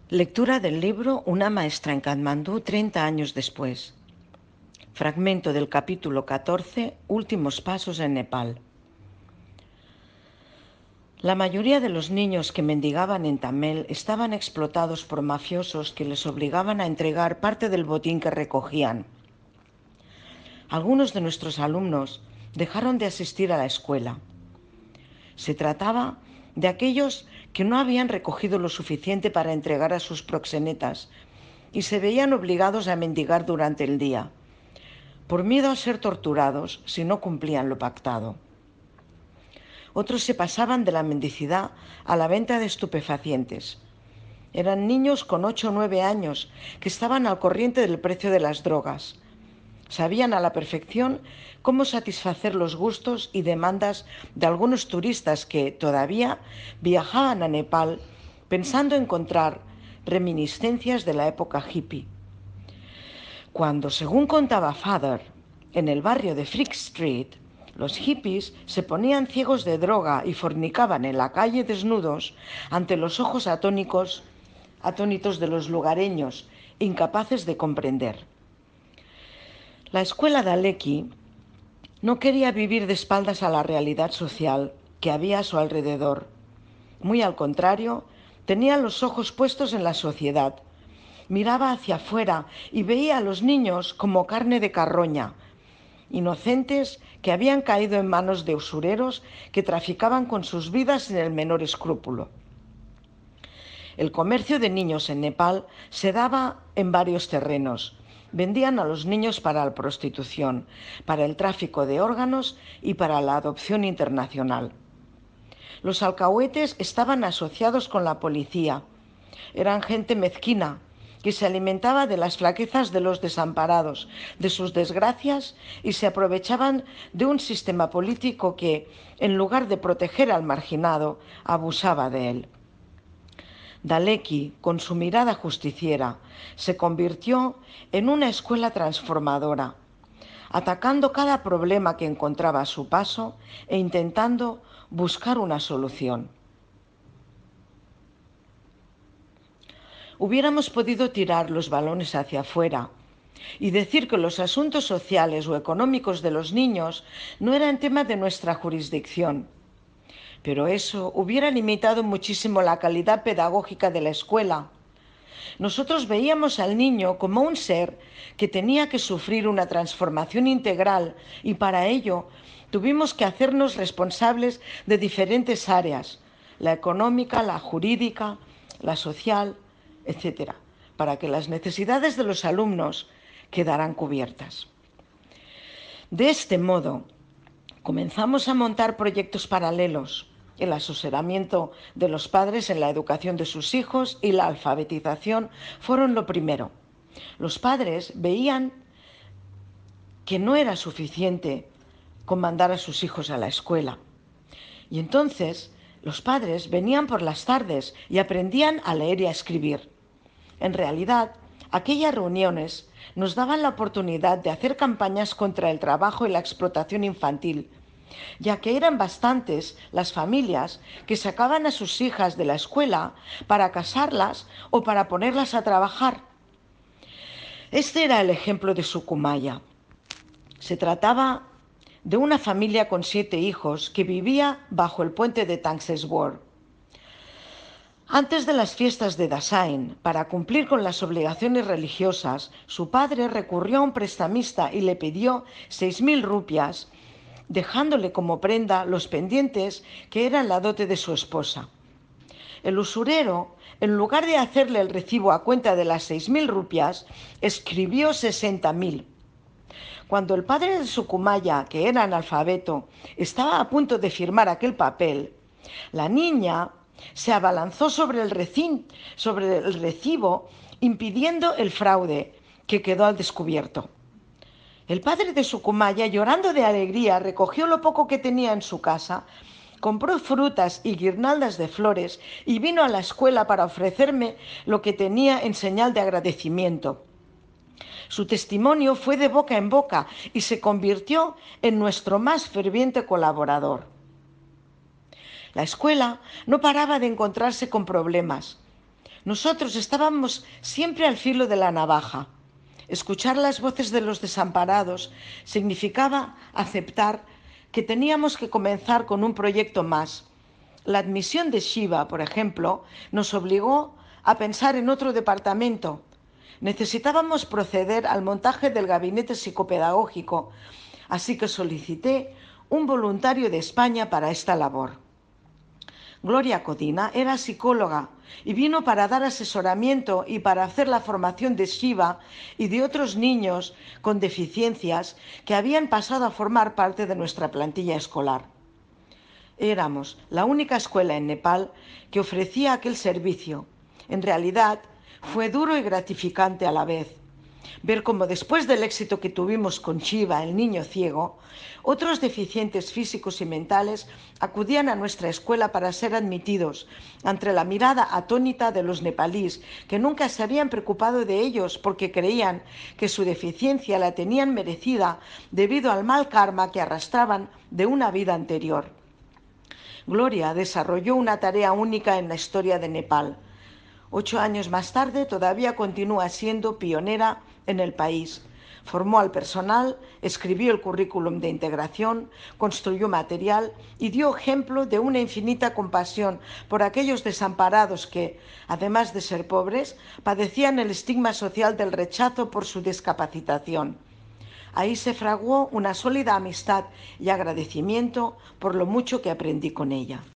Lectura del libro Una maestra en Katmandú 30 años después. Fragmento del capítulo 14, Últimos pasos en Nepal. La mayoría de los niños que mendigaban en Tamel estaban explotados por mafiosos que les obligaban a entregar parte del botín que recogían. Algunos de nuestros alumnos dejaron de asistir a la escuela. Se trataba de aquellos que no habían recogido lo suficiente para entregar a sus proxenetas y se veían obligados a mendigar durante el día, por miedo a ser torturados si no cumplían lo pactado. Otros se pasaban de la mendicidad a la venta de estupefacientes. Eran niños con 8 o 9 años que estaban al corriente del precio de las drogas. Sabían a la perfección cómo satisfacer los gustos y demandas de algunos turistas que todavía viajaban a Nepal pensando encontrar reminiscencias de la época hippie. Cuando, según contaba Father, en el barrio de Frick Street, los hippies se ponían ciegos de droga y fornicaban en la calle desnudos ante los ojos atónitos de los lugareños, incapaces de comprender. La escuela de Aleki no quería vivir de espaldas a la realidad social que había a su alrededor. Muy al contrario, tenía los ojos puestos en la sociedad. Miraba hacia afuera y veía a los niños como carne de carroña, inocentes que habían caído en manos de usureros que traficaban con sus vidas sin el menor escrúpulo. El comercio de niños en Nepal se daba en varios terrenos. Vendían a los niños para la prostitución, para el tráfico de órganos y para la adopción internacional. Los alcahuetes estaban asociados con la policía. Eran gente mezquina que se alimentaba de las flaquezas de los desamparados, de sus desgracias, y se aprovechaban de un sistema político que, en lugar de proteger al marginado, abusaba de él. Daleki, con su mirada justiciera, se convirtió en una escuela transformadora, atacando cada problema que encontraba a su paso e intentando buscar una solución. Hubiéramos podido tirar los balones hacia afuera y decir que los asuntos sociales o económicos de los niños no eran tema de nuestra jurisdicción. Pero eso hubiera limitado muchísimo la calidad pedagógica de la escuela. Nosotros veíamos al niño como un ser que tenía que sufrir una transformación integral y para ello tuvimos que hacernos responsables de diferentes áreas, la económica, la jurídica, la social, etcétera, para que las necesidades de los alumnos quedaran cubiertas. De este modo, comenzamos a montar proyectos paralelos, el asesoramiento de los padres en la educación de sus hijos y la alfabetización fueron lo primero. Los padres veían que no era suficiente con mandar a sus hijos a la escuela. Y entonces los padres venían por las tardes y aprendían a leer y a escribir. En realidad, aquellas reuniones nos daban la oportunidad de hacer campañas contra el trabajo y la explotación infantil, ya que eran bastantes las familias que sacaban a sus hijas de la escuela para casarlas o para ponerlas a trabajar. Este era el ejemplo de Sukumaya. Se trataba de una familia con 7 hijos que vivía bajo el puente de Tangseswar. Antes de las fiestas de Dasain, para cumplir con las obligaciones religiosas, su padre recurrió a un prestamista y le pidió 6.000 rupias, dejándole como prenda los pendientes que eran la dote de su esposa. El usurero, en lugar de hacerle el recibo a cuenta de las 6.000 rupias, escribió 60.000. Cuando el padre de Sukumaya, que era analfabeto, estaba a punto de firmar aquel papel, la niña se abalanzó sobre el recibo, impidiendo el fraude, que quedó al descubierto. El padre de Sukumaya, llorando de alegría, recogió lo poco que tenía en su casa, compró frutas y guirnaldas de flores y vino a la escuela para ofrecerme lo que tenía en señal de agradecimiento. Su testimonio fue de boca en boca y se convirtió en nuestro más ferviente colaborador. La escuela no paraba de encontrarse con problemas. Nosotros estábamos siempre al filo de la navaja. Escuchar las voces de los desamparados significaba aceptar que teníamos que comenzar con un proyecto más. La admisión de Shiva, por ejemplo, nos obligó a pensar en otro departamento. Necesitábamos proceder al montaje del gabinete psicopedagógico, así que solicité un voluntario de España para esta labor. Gloria Codina era psicóloga y vino para dar asesoramiento y para hacer la formación de Shiva y de otros niños con deficiencias que habían pasado a formar parte de nuestra plantilla escolar. Éramos la única escuela en Nepal que ofrecía aquel servicio. En realidad, fue duro y gratificante a la vez ver cómo después del éxito que tuvimos con Shiva, el niño ciego, otros deficientes físicos y mentales acudían a nuestra escuela para ser admitidos, ante la mirada atónita de los nepalíes, que nunca se habían preocupado de ellos porque creían que su deficiencia la tenían merecida debido al mal karma que arrastraban de una vida anterior. Gloria desarrolló una tarea única en la historia de Nepal. 8 años más tarde todavía continúa siendo pionera en el país. Formó al personal, escribió el currículum de integración, construyó material y dio ejemplo de una infinita compasión por aquellos desamparados que, además de ser pobres, padecían el estigma social del rechazo por su discapacitación. Ahí se fraguó una sólida amistad y agradecimiento por lo mucho que aprendí con ella.